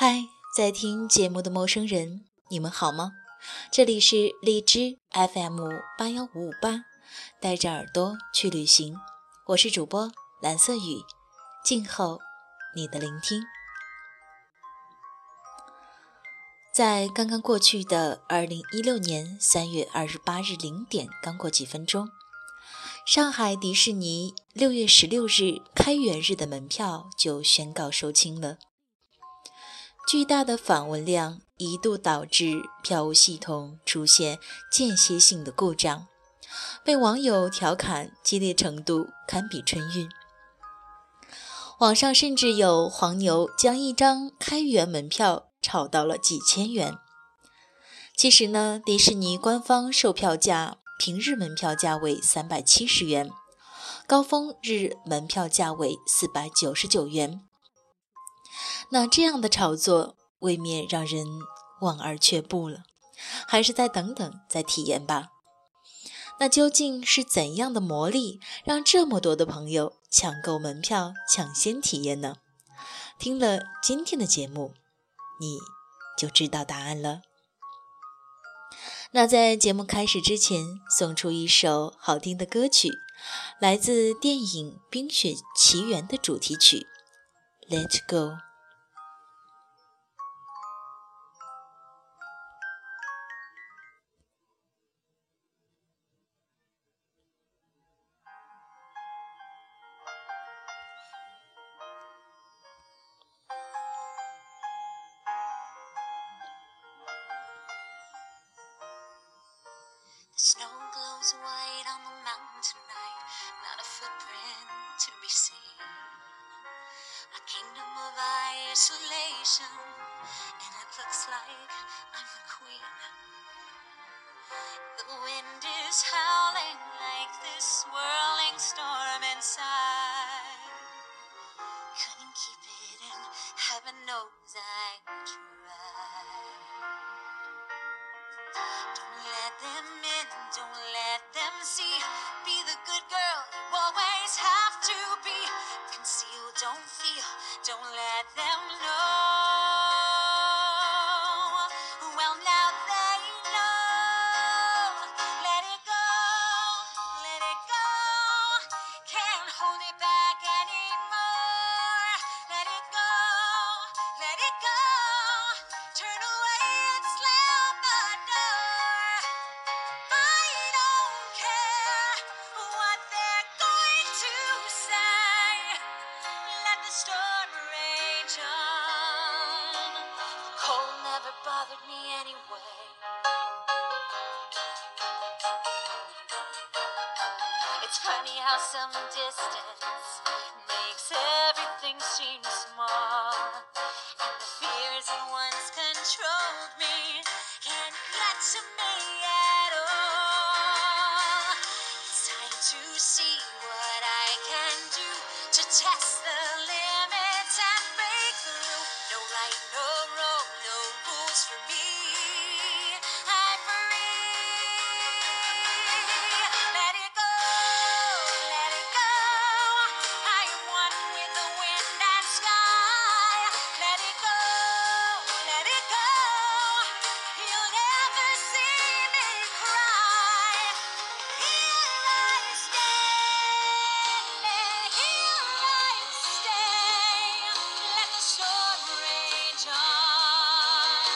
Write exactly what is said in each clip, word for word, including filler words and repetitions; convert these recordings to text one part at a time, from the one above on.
嗨，在听节目的陌生人，你们好吗？这里是荔枝 F M 八幺五五八，带着耳朵去旅行，我是主播蓝色雨，静候你的聆听。在刚刚过去的二零一六年三月二十八日零点，刚过几分钟，上海迪士尼六月十六日开园日的门票就宣告售罄了。巨大的访问量一度导致票务系统出现间歇性的故障，被网友调侃激烈程度堪比春运。网上甚至有黄牛将一张开园门票炒到了几千元。其实呢，迪士尼官方售票价平日门票价为三百七十元，高峰日门票价为四百九十九元。那这样的炒作未免让人望而却步了，还是再等等再体验吧。那究竟是怎样的魔力让这么多的朋友抢购门票抢先体验呢？听了今天的节目你就知道答案了。那在节目开始之前，送出一首好听的歌曲，来自电影《冰雪奇缘》的主题曲 Let Go。 The snow glows white on the mountain tonight, not a footprint to be seen. A kingdom of isolation, and it looks like I'm the queen. The wind is howling like this swirling storm inside. Couldn't keep it in, heaven knows I tried. Don't let them in, don't let them see. Be the good girl you always have to be. Conceal, don't feel, don't let them know. Well, now they know. Let it go, let it go. Can't hold it back anymore. Let it go, let it go. Turn away and slam the door. I don't care what they're going to say. Let the storm rage on. The cold never bothered me anyway. It's funny how some distance makes everything seem small. And the fears that once controlled me can't get to me at all. It's time to see what I can do to test the limits and break through. No right, no wrong, no rules for me. I'm free. Let it go, let it go. I am one with the wind and sky. Let it go, let it go. You'll never see me cry. Here I stand, here I stay. Let the storm rage on.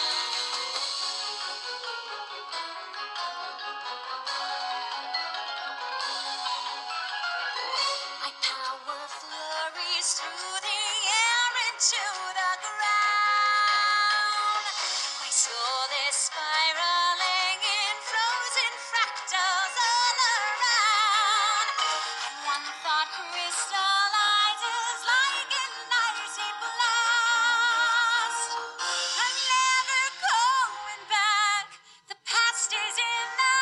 My power flurries through the air into the ground. My soul is spiraling in frozen fractals all around. And one thought crystallizes like an icy blast. I'm never going back. The past is in the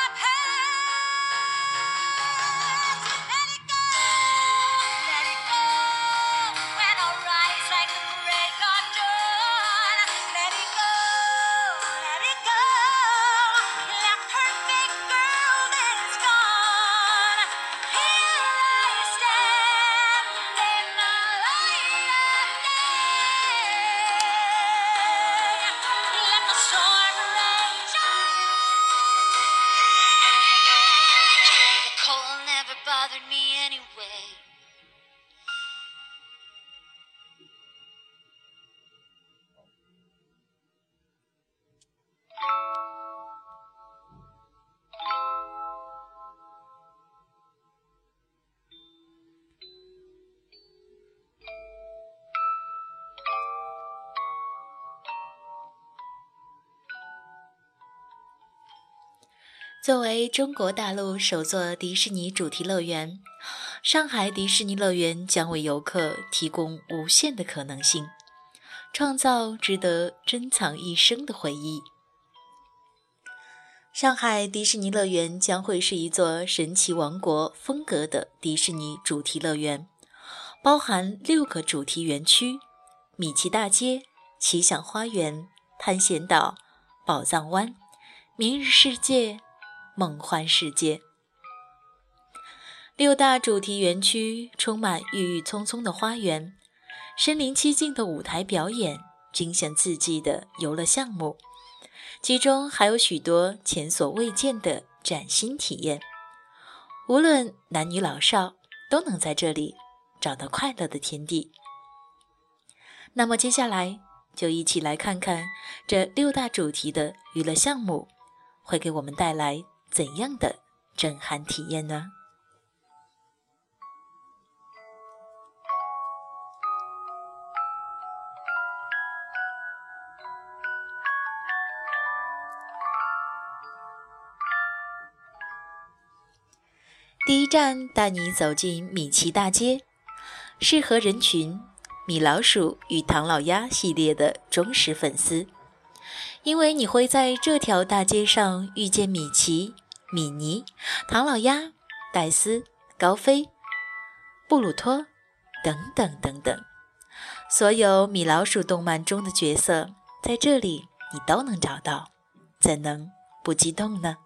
past. Let it go, let it go. When I rise like the break of dawn. Let it go, let it go. That perfect girl is gone. Here I stand in the light. 作为中国大陆首座迪士尼主题乐园，上海迪士尼乐园将为游客提供无限的可能性，创造值得珍藏一生的回忆。上海迪士尼乐园将会是一座神奇王国风格的迪士尼主题乐园，包含六个主题园区：米奇大街、奇想花园、探险岛、宝藏湾、明日世界、梦幻世界。六大主题园区充满郁郁葱葱的花园，身临其境的舞台表演，惊险刺激的游乐项目，其中还有许多前所未见的崭新体验。无论男女老少，都能在这里找到快乐的天地。那么接下来就一起来看看这六大主题的娱乐项目会给我们带来怎样的震撼体验呢？第一站带你走进米奇大街，适合人群米老鼠与唐老鸭系列的忠实粉丝，因为你会在这条大街上遇见米奇、米妮、唐老鸭、戴斯、高飞、布鲁托等等等等，所有米老鼠动漫中的角色在这里你都能找到，怎能不激动呢？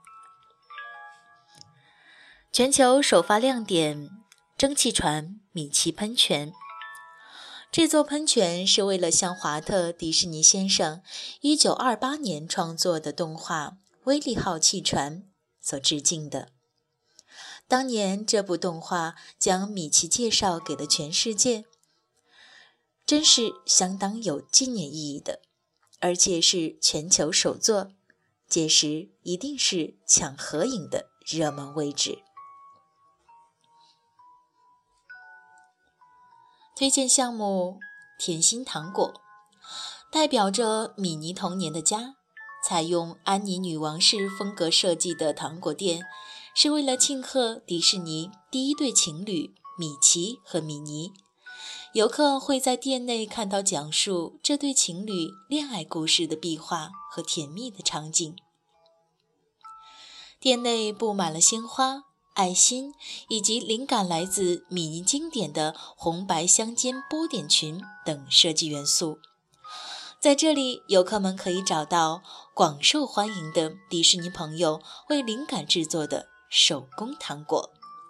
全球首发亮点蒸汽船米奇喷泉。这座喷泉是为了向华特迪士尼先生一九二八年创作的动画《威力号汽船》所致敬的。当年这部动画将米奇介绍给了全世界，真是相当有纪念意义的，而且是全球首作，届时一定是抢合影的热门位置。推荐项目甜心糖果，代表着米妮童年的家，采用安妮女王式风格设计的糖果店，是为了庆贺迪士尼第一对情侣米奇和米妮。游客会在店内看到讲述这对情侣恋爱故事的壁画和甜蜜的场景。店内布满了鲜花、爱心以及灵感来自米妮经典的红白相间波点裙等设计元素。在这里，游客们可以找到广受欢迎的迪士尼朋友为灵感制作的手工糖果。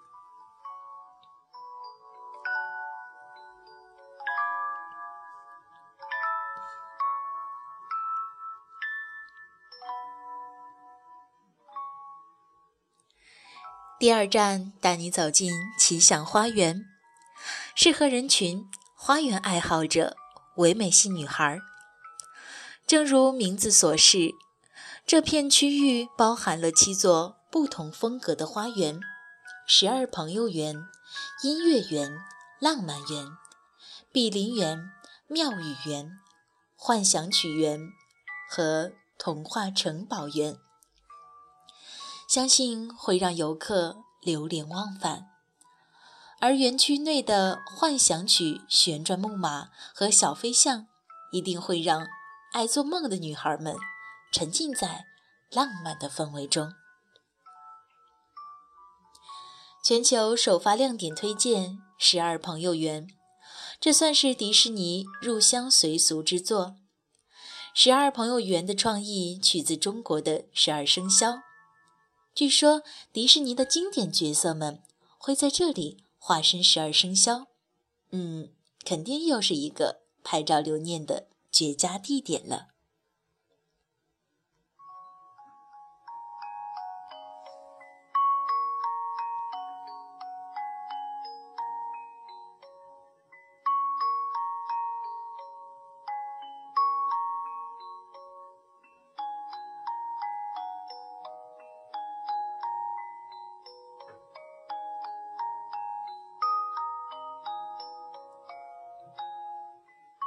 第二站带你走进奇想花园，适合人群花园爱好者、唯美系女孩。正如名字所示，这片区域包含了七座不同风格的花园：十二朋友园、音乐园、浪漫园、碧林园、妙语园、幻想曲园和童话城堡园，相信会让游客流连忘返。而园区内的幻想曲旋转木马和小飞象一定会让爱做梦的女孩们沉浸在浪漫的氛围中。全球首发亮点推荐十二朋友园，这算是迪士尼入乡随俗之作。十二朋友园的创意取自中国的十二生肖，据说迪士尼的经典角色们会在这里化身十二生肖，嗯，肯定又是一个拍照留念的绝佳地点了。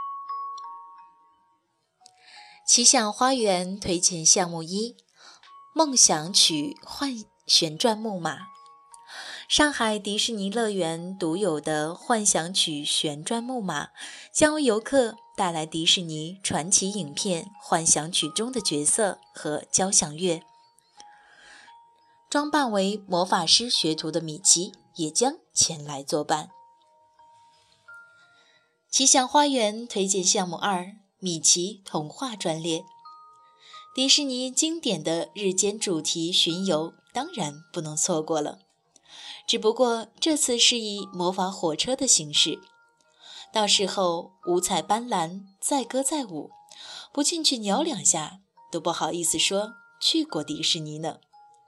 奇想花园推荐项目一： 梦想曲幻旋转木马。上海迪士尼乐园独有的幻想曲旋转木马，将为游客带来迪士尼传奇影片《幻想曲》中的角色和交响乐。装扮为魔法师学徒的米奇也将前来作伴。奇想花园推荐项目二：米奇童话专列。迪士尼经典的日间主题巡游当然不能错过了，只不过这次是以魔法火车的形式，到时候五彩斑斓，载歌载舞，不进去扭两下都不好意思说去过迪士尼呢。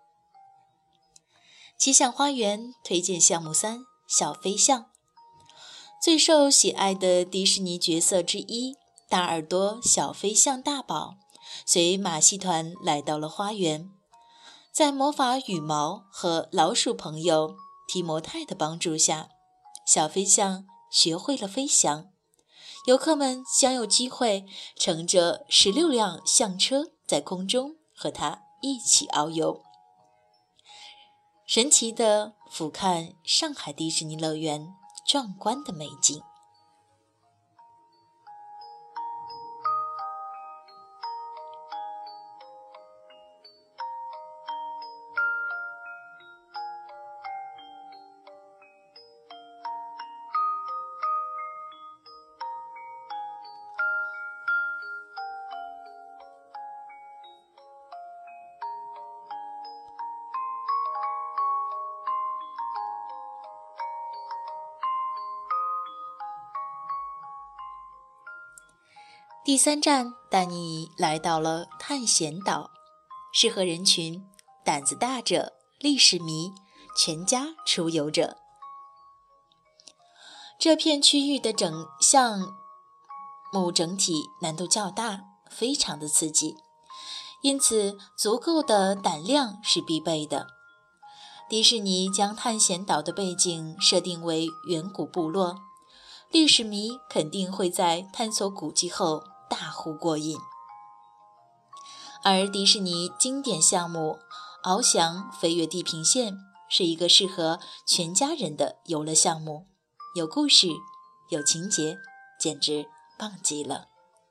奇想花园推荐项目三：小飞象。最受喜爱的迪士尼角色之一，大耳朵小飞象大宝随马戏团来到了花园，在魔法羽毛和老鼠朋友提摩太的帮助下，小飞象学会了飞翔。游客们将有机会乘着十六辆象车在空中和它一起遨游，神奇地俯瞰上海迪士尼乐园壮观的美景。第三站带你来到了探险岛，适合人群胆子大者、历史迷、全家出游者。这片区域的整项目整体难度较大，非常的刺激，因此足够的胆量是必备的。迪士尼将探险岛的背景设定为远古部落，历史迷肯定会在探索古迹后大呼过瘾。而迪士尼经典项目翱翔飞越地平线是一个适合全家人的游乐项目，有故事，有情节，简直棒极了。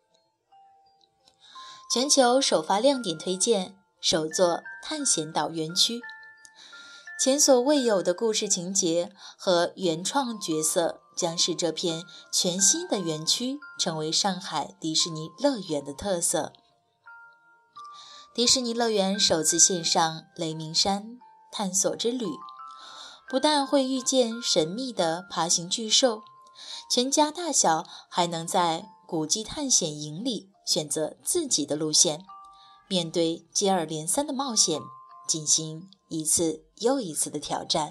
全球首发亮点推荐，首座探险岛园区。前所未有的故事情节和原创角色将使这片全新的园区成为上海迪士尼乐园的特色。迪士尼乐园首次线上雷鸣山探索之旅，不但会遇见神秘的爬行巨兽，全家大小还能在古迹探险营里选择自己的路线，面对接二连三的冒险，进行一次又一次的挑战。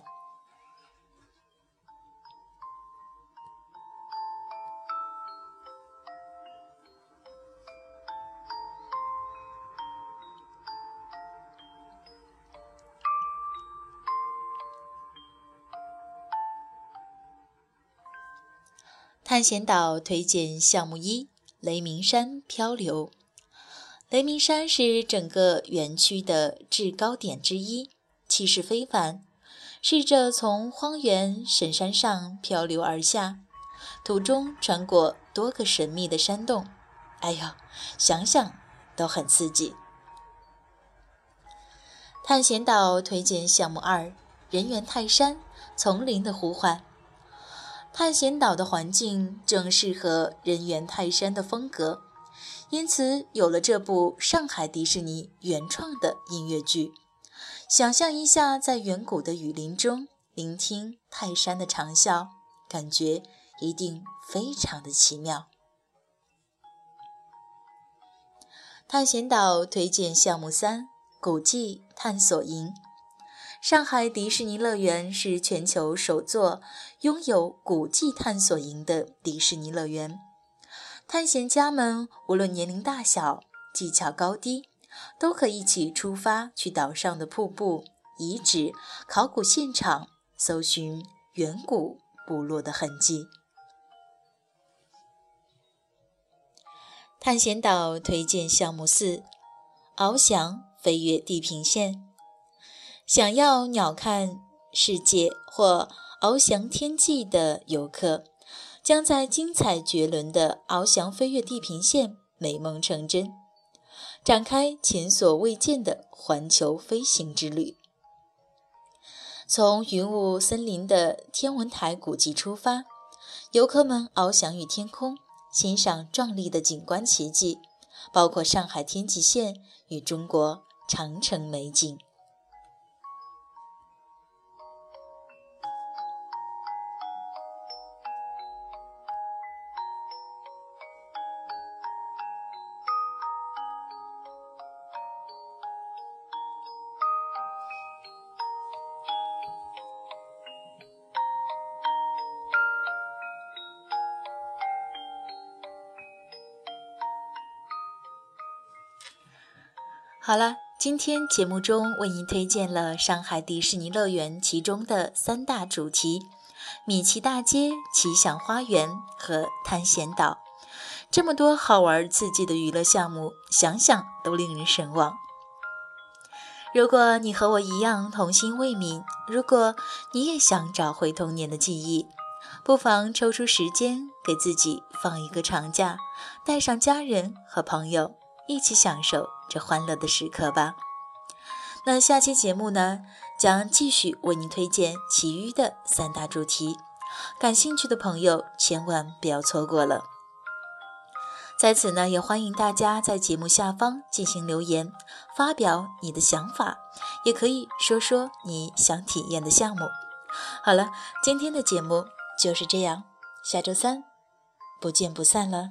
探险岛推荐项目一：雷鸣山漂流。雷鸣山是整个园区的制高点之一，气势非凡，试着从荒原神山上漂流而下，途中穿过多个神秘的山洞，哎呦，想想都很刺激。探险岛推荐项目二：人猿泰山丛林的呼唤。探险岛的环境正适合人猿泰山的风格，因此有了这部上海迪士尼原创的音乐剧。想象一下，在远古的雨林中聆听泰山的长啸，感觉一定非常的奇妙。探险岛推荐项目三：古迹探索营。上海迪士尼乐园是全球首座拥有古迹探索营的迪士尼乐园。探险家们无论年龄大小、技巧高低，都可一起出发去岛上的瀑布、遗址、考古现场，搜寻远古部落的痕迹。探险岛推荐项目四：翱翔飞越地平线。想要鸟瞰世界或翱翔天际的游客，将在精彩绝伦的翱翔飞越地平线美梦成真，展开前所未见的环球飞行之旅。从云雾森林的天文台古迹出发，游客们翱翔于天空，欣赏壮丽的景观奇迹，包括上海天际线与中国长城美景。好了，今天节目中为您推荐了上海迪士尼乐园其中的三大主题：米奇大街、奇想花园和探险岛。这么多好玩刺激的娱乐项目，想想都令人神往。如果你和我一样童心未泯，如果你也想找回童年的记忆，不妨抽出时间给自己放一个长假，带上家人和朋友一起享受这欢乐的时刻吧。那下期节目呢，将继续为您推荐其余的三大主题，感兴趣的朋友千万不要错过了。在此呢，也欢迎大家在节目下方进行留言，发表你的想法，也可以说说你想体验的项目。好了，今天的节目就是这样，下周三不见不散了。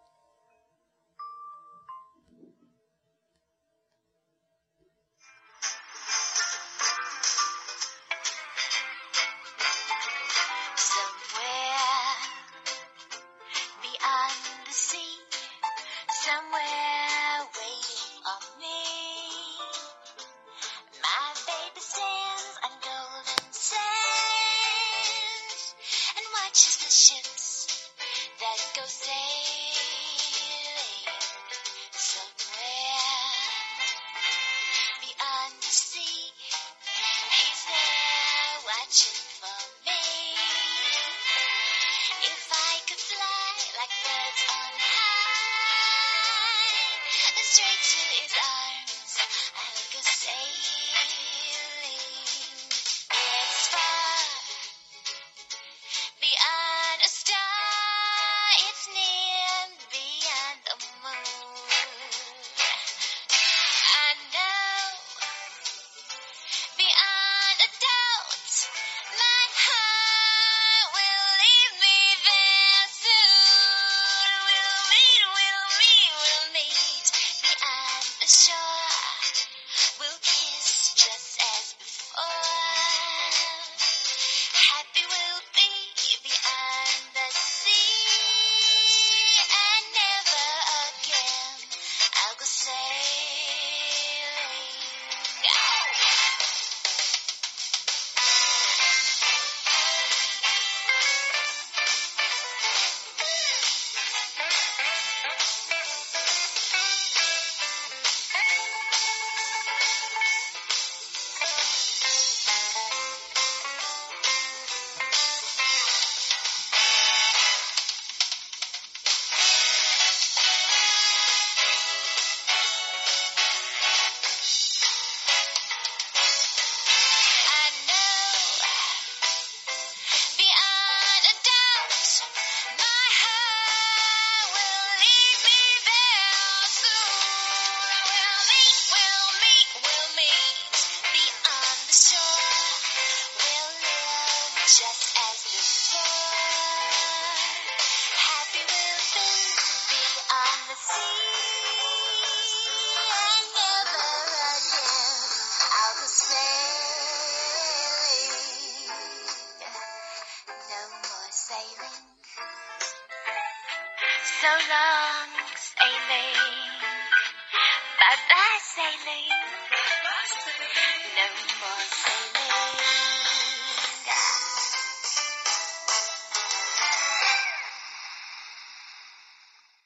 So long, sailing. Bye bye, sailing. No more sailing.